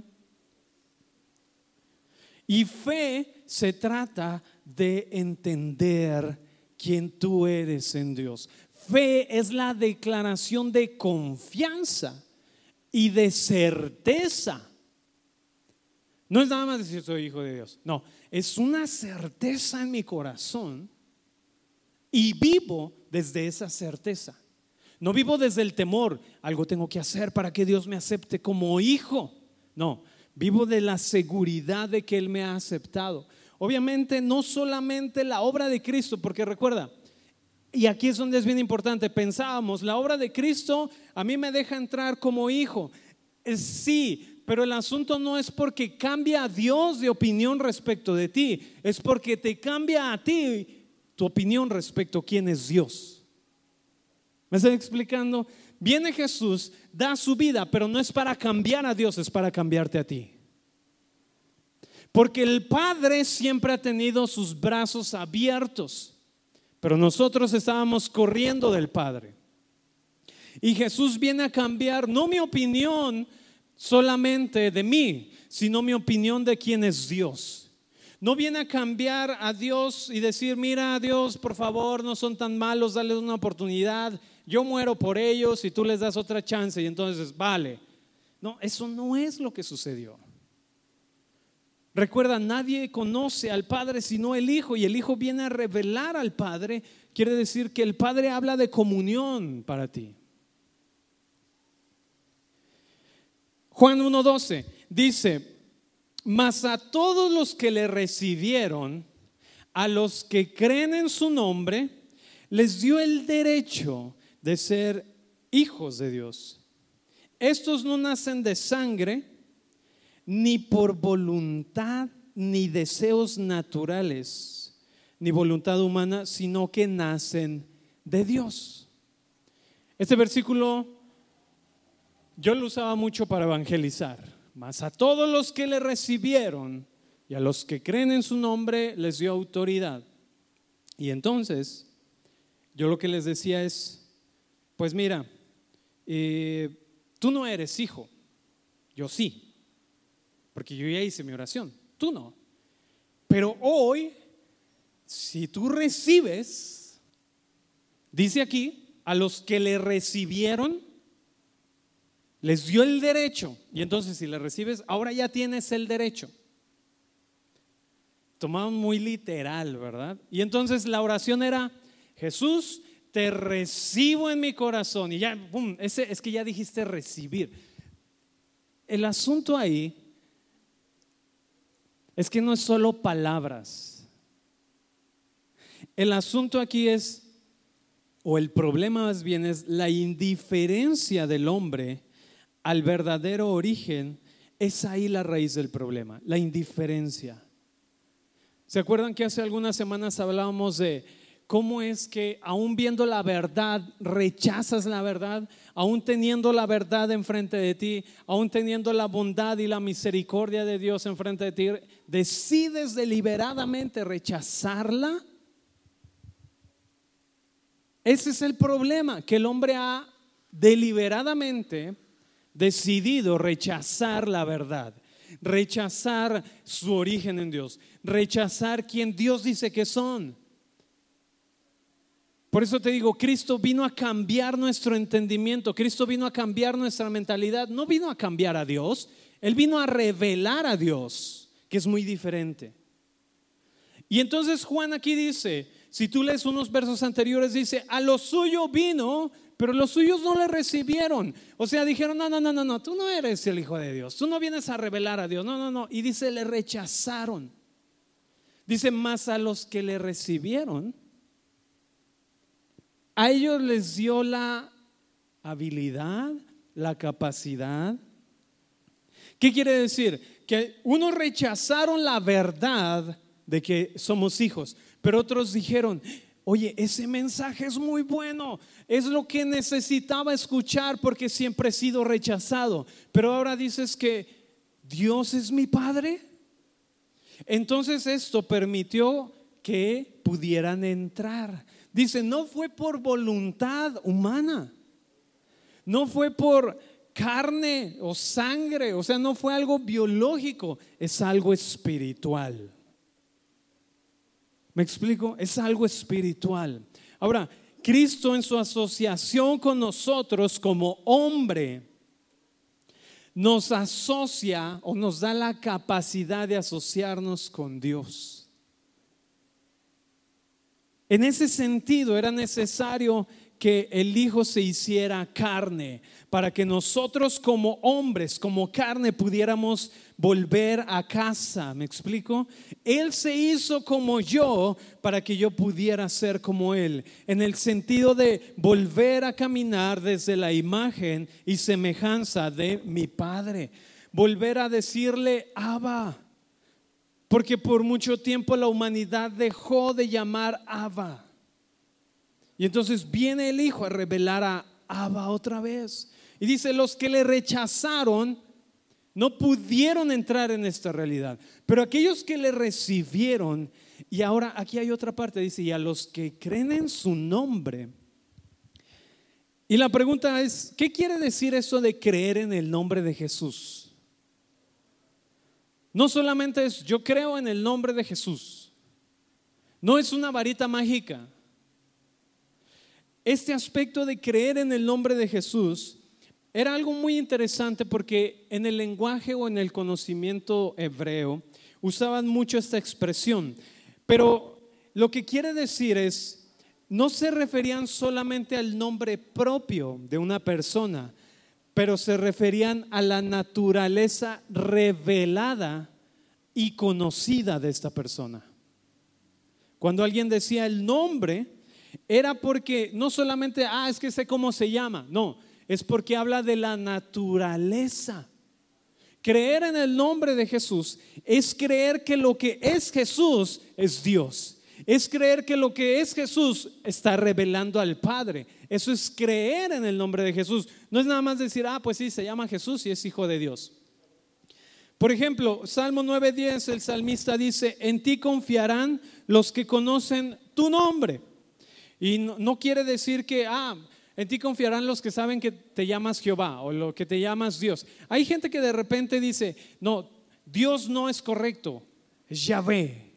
Y fe se trata de entender quién tú eres en Dios. Fe es la declaración de confianza y de certeza. No es nada más decir soy hijo de Dios. No, es una certeza en mi corazón y vivo desde esa certeza. No vivo desde el temor, algo tengo que hacer para que Dios me acepte como hijo. No, vivo de la seguridad de que Él me ha aceptado. Obviamente no solamente la obra de Cristo, porque recuerda, y aquí es donde es bien importante, pensábamos, la obra de Cristo a mí me deja entrar como hijo. Sí, pero el asunto no es porque cambia a Dios de opinión respecto de ti, es porque te cambia a ti tu opinión respecto a quién es Dios. ¿Me estoy explicando? Viene Jesús, da su vida, pero no es para cambiar a Dios, es para cambiarte a ti. Porque el Padre siempre ha tenido sus brazos abiertos, pero nosotros estábamos corriendo del Padre. Y Jesús viene a cambiar, no mi opinión solamente de mí, sino mi opinión de quién es Dios. No viene a cambiar a Dios y decir, mira Dios, por favor, no son tan malos, dale una oportunidad. Yo muero por ellos y tú les das otra chance y entonces vale. No, eso no es lo que sucedió. Recuerda, nadie conoce al Padre sino el Hijo, y el Hijo viene a revelar al Padre. Quiere decir que el Padre habla de comunión para ti. Juan 1:12 dice, mas a todos los que le recibieron, a los que creen en su nombre, les dio el derecho de ser hijos de Dios. Estos no nacen de sangre, ni por voluntad, ni deseos naturales, ni voluntad humana, sino que nacen de Dios. Este versículo yo lo usaba mucho para evangelizar. Mas a todos los que le recibieron y a los que creen en su nombre les dio autoridad. Y entonces yo lo que les decía es, pues mira, tú no eres hijo, yo sí, porque yo ya hice mi oración, tú no. Pero hoy, si tú recibes, dice aquí, a los que le recibieron, les dio el derecho. Y entonces si le recibes, ahora ya tienes el derecho. Tomado muy literal, ¿verdad? Y entonces la oración era, Jesús, te recibo en mi corazón. Y ya, boom, es que ya dijiste recibir. El asunto ahí es que no es solo palabras. El asunto aquí es, o el problema más bien es la indiferencia del hombre al verdadero origen. Es ahí la raíz del problema, la indiferencia. ¿Se acuerdan que hace algunas semanas hablábamos de cómo es que aún viendo la verdad rechazas la verdad? Aún teniendo la verdad enfrente de ti, aún teniendo la bondad y la misericordia de Dios enfrente de ti, decides deliberadamente rechazarla. Ese es el problema, que el hombre ha deliberadamente decidido rechazar la verdad, rechazar su origen en Dios, rechazar quien Dios dice que son. Por eso te digo, Cristo vino a cambiar nuestro entendimiento, Cristo vino a cambiar nuestra mentalidad, no vino a cambiar a Dios, Él vino a revelar a Dios, que es muy diferente. Y entonces Juan aquí dice, Si tú lees unos versos anteriores, dice, a lo suyo vino, pero los suyos no le recibieron. O sea, dijeron, no, tú no eres el Hijo de Dios, tú no vienes a revelar a Dios, no. Y dice, le rechazaron. Dice, más a los que le recibieron, a ellos les dio la habilidad, la capacidad. ¿Qué quiere decir? Que unos rechazaron la verdad de que somos hijos, pero otros dijeron, oye, ese mensaje es muy bueno, es lo que necesitaba escuchar porque siempre he sido rechazado, pero ahora dices que Dios es mi Padre. Entonces esto permitió que pudieran entrar. Dice, no fue por voluntad humana, no fue por carne o sangre, o sea, no fue algo biológico, es algo espiritual. ¿Me explico? Es algo espiritual. Ahora, Cristo en su asociación con nosotros como hombre nos asocia o nos da la capacidad de asociarnos con Dios. En ese sentido era necesario que el Hijo se hiciera carne para que nosotros como hombres, como carne, pudiéramos volver a casa. ¿Me explico? Él se hizo como yo para que yo pudiera ser como Él, en el sentido de volver a caminar desde la imagen y semejanza de mi Padre, volver a decirle Abba, porque por mucho tiempo la humanidad dejó de llamar Abba. Y entonces viene el Hijo a revelar a Abba otra vez. Y dice, los que le rechazaron no pudieron entrar en esta realidad, pero aquellos que le recibieron, y ahora aquí hay otra parte, dice, y a los que creen en su nombre. Y la pregunta es, ¿qué quiere decir eso de creer en el nombre de Jesús? No solamente es yo creo en el nombre de Jesús, no es una varita mágica. Este aspecto de creer en el nombre de Jesús era algo muy interesante porque en el lenguaje o en el conocimiento hebreo usaban mucho esta expresión, pero lo que quiere decir es, no se referían solamente al nombre propio de una persona, pero se referían a la naturaleza revelada y conocida de esta persona. Cuando alguien decía el nombre, era porque no solamente, es que sé cómo se llama, no, es porque habla de la naturaleza. Creer en el nombre de Jesús es creer que lo que es Jesús es Dios. Es creer que lo que es Jesús está revelando al Padre. Eso es creer en el nombre de Jesús. No es nada más decir, pues sí, se llama Jesús y es hijo de Dios. Por ejemplo, Salmo 9:10, el salmista dice, en ti confiarán los que conocen tu nombre. Y no quiere decir que, en ti confiarán los que saben que te llamas Jehová o lo que te llamas Dios. Hay gente que de repente dice, no, Dios no es correcto, es Yahvé.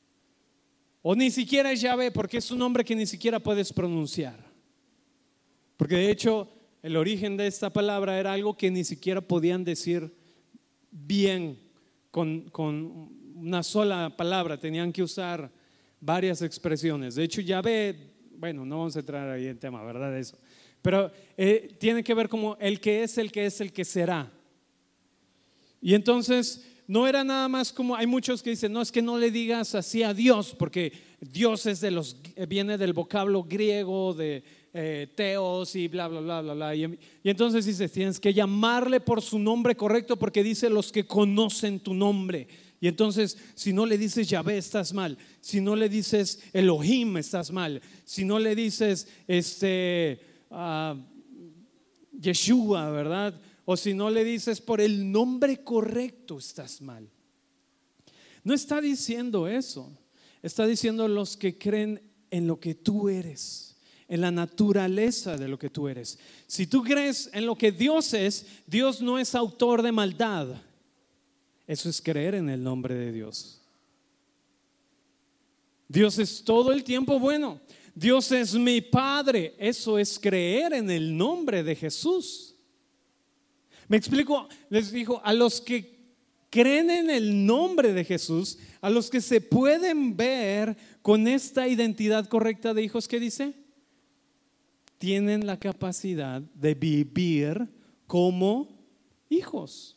O ni siquiera es Yahvé porque es un nombre que ni siquiera puedes pronunciar. Porque de hecho el origen de esta palabra era algo que ni siquiera podían decir bien con una sola palabra, tenían que usar varias expresiones. De hecho Yahvé, bueno, no vamos a entrar ahí en tema, ¿verdad? Eso. Pero tiene que ver como el que es, el que es, el que será. Y entonces no era nada más como, hay muchos que dicen, no, es que no le digas así a Dios, porque Dios es viene del vocablo griego de teos y bla, bla, bla, bla, bla. Y entonces dices, tienes que llamarle por su nombre correcto, porque dice los que conocen tu nombre. Y entonces, si no le dices Yahvé, estás mal. Si no le dices Elohim, estás mal. Si no le dices Yeshua, ¿verdad? O si no le dices por el nombre correcto, estás mal. No está diciendo eso. Está diciendo los que creen en lo que tú eres, en la naturaleza de lo que tú eres. Si tú crees en lo que Dios es, Dios no es autor de maldad. Eso es creer en el nombre de Dios. Dios es todo el tiempo bueno. Dios es mi Padre. Eso es creer en el nombre de Jesús. ¿Me explico? Les digo, a los que creen en el nombre de Jesús, a los que se pueden ver con esta identidad correcta de hijos, ¿qué dice? Tienen la capacidad de vivir como hijos.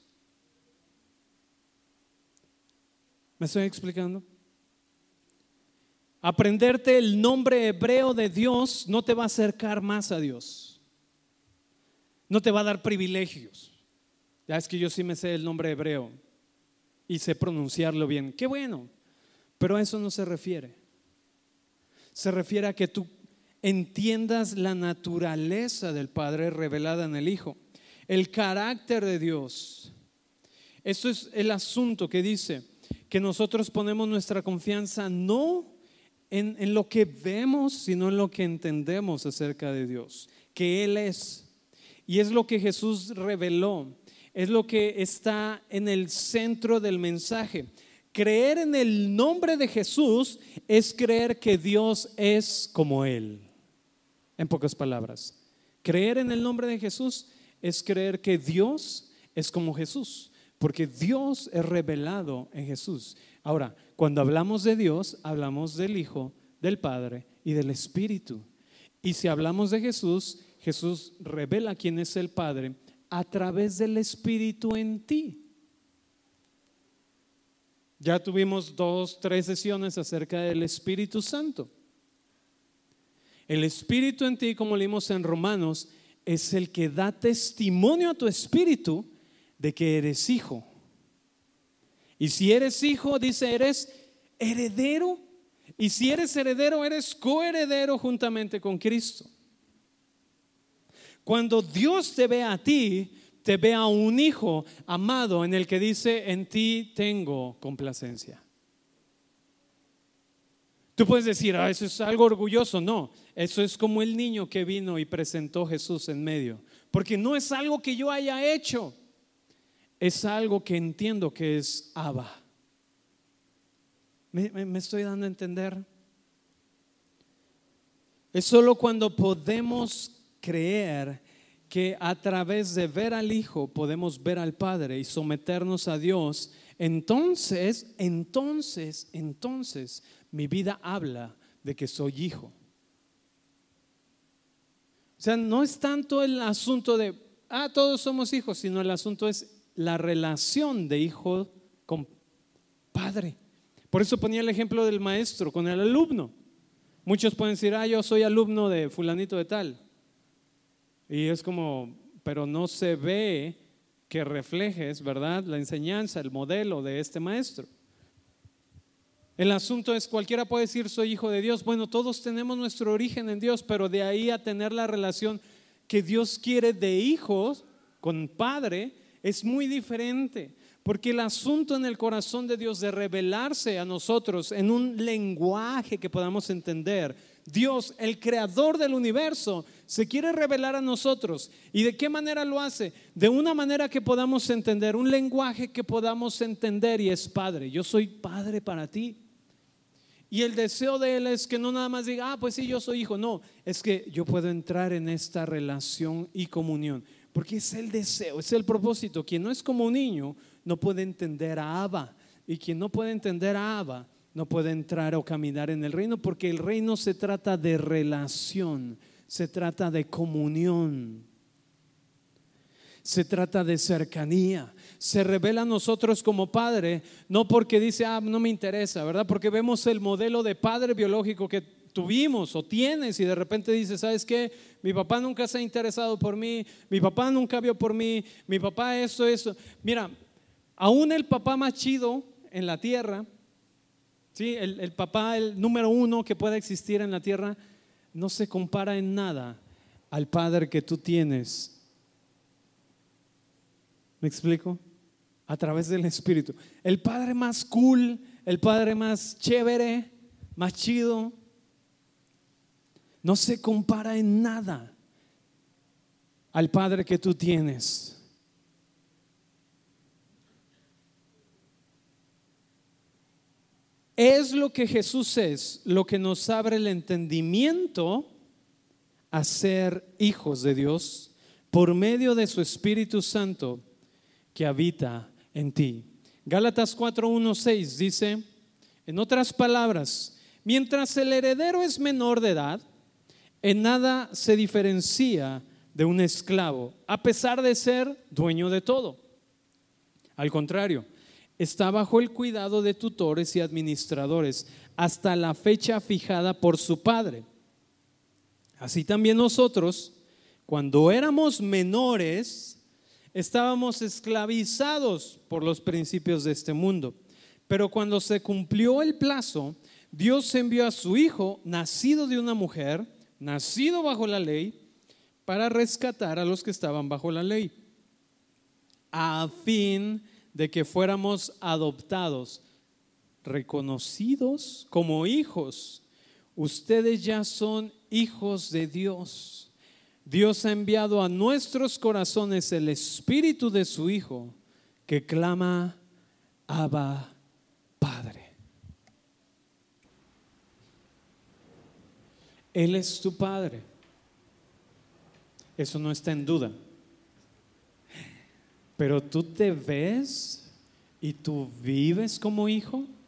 ¿Me estoy explicando? Aprenderte el nombre hebreo de Dios no te va a acercar más a Dios. No te va a dar privilegios. Ya es que yo sí me sé el nombre hebreo y sé pronunciarlo bien. Qué bueno, pero a eso no se refiere. Se refiere a que tú entiendas la naturaleza del Padre revelada en el Hijo, el carácter de Dios. Eso es el asunto que dice que nosotros ponemos nuestra confianza no en lo que vemos, sino en lo que entendemos acerca de Dios, que Él es. Y es lo que Jesús reveló, es lo que está en el centro del mensaje. Creer en el nombre de Jesús es creer que Dios es como Él. En pocas palabras, creer en el nombre de Jesús es creer que Dios es como Jesús, porque Dios es revelado en Jesús. Ahora, cuando hablamos de Dios, hablamos del Hijo, del Padre y del Espíritu. Y si hablamos de Jesús, Jesús revela quién es el Padre a través del Espíritu en ti. Ya tuvimos 2-3 sesiones acerca del Espíritu Santo. El Espíritu en ti, como leímos en Romanos, es el que da testimonio a tu espíritu de que eres hijo. Y si eres hijo, dice, eres heredero. Y si eres heredero, eres coheredero juntamente con Cristo. Cuando Dios te ve a ti, te ve a un hijo amado en el que dice, en ti tengo complacencia. Tú puedes decir, eso es algo orgulloso. No, eso es como el niño que vino y presentó a Jesús en medio. Porque no es algo que yo haya hecho, es algo que entiendo que es Abba. ¿Me estoy dando a entender? Es solo cuando podemos creer que a través de ver al Hijo podemos ver al Padre y someternos a Dios, entonces mi vida habla de que soy hijo. O sea, no es tanto el asunto de, todos somos hijos, sino el asunto es la relación de hijo con padre. Por eso ponía el ejemplo del maestro con el alumno. Muchos pueden decir, yo soy alumno de fulanito de tal. Y es como, pero no se ve que reflejes, ¿verdad?, la enseñanza, el modelo de este maestro. El asunto es, cualquiera puede decir soy hijo de Dios. Bueno, todos tenemos nuestro origen en Dios, pero de ahí a tener la relación que Dios quiere de hijos con padre es muy diferente. Porque el asunto en el corazón de Dios de revelarse a nosotros en un lenguaje que podamos entender, Dios, el creador del universo, se quiere revelar a nosotros. ¿Y de qué manera lo hace? De una manera que podamos entender, un lenguaje que podamos entender, y es Padre. Yo soy Padre para ti. Y el deseo de Él es que no nada más diga, pues sí, yo soy hijo. No, es que yo puedo entrar en esta relación y comunión, porque es el deseo, es el propósito. Quien no es como un niño no puede entender a Abba, y quien no puede entender a Abba no puede entrar o caminar en el reino, porque el reino se trata de relación, se trata de comunión, se trata de cercanía. Se revela a nosotros como padre, no porque dice, no me interesa, ¿verdad? Porque vemos el modelo de padre biológico que tuvimos o tienes, y de repente dices, ¿sabes qué? Mi papá nunca se ha interesado por mí, mi papá nunca vio por mí, mi papá eso. Mira, aún el papá más chido en la tierra, ¿sí? El papá, el número uno que pueda existir en la tierra, no se compara en nada al padre que tú tienes. ¿Me explico? A través del Espíritu. El padre más cool, el padre más chévere, más chido, no se compara en nada al padre que tú tienes. Es lo que Jesús es, lo que nos abre el entendimiento a ser hijos de Dios por medio de su Espíritu Santo que habita en ti. Gálatas 4:1-6 dice, En otras palabras, mientras el heredero es menor de edad, en nada se diferencia de un esclavo, a pesar de ser dueño de todo. Al contrario, está bajo el cuidado de tutores y administradores hasta la fecha fijada por su padre. Así también nosotros, cuando éramos menores, estábamos esclavizados por los principios de este mundo. Pero cuando se cumplió el plazo, Dios envió a su Hijo, nacido de una mujer, nacido bajo la ley, para rescatar a los que estaban bajo la ley, a fin de que fuéramos adoptados, reconocidos como hijos. Ustedes ya son hijos de Dios. Dios ha enviado a nuestros corazones el Espíritu de su Hijo, que clama: Abba, Padre. Él es tu Padre. Eso no está en duda. Pero tú te ves y tú vives como hijo.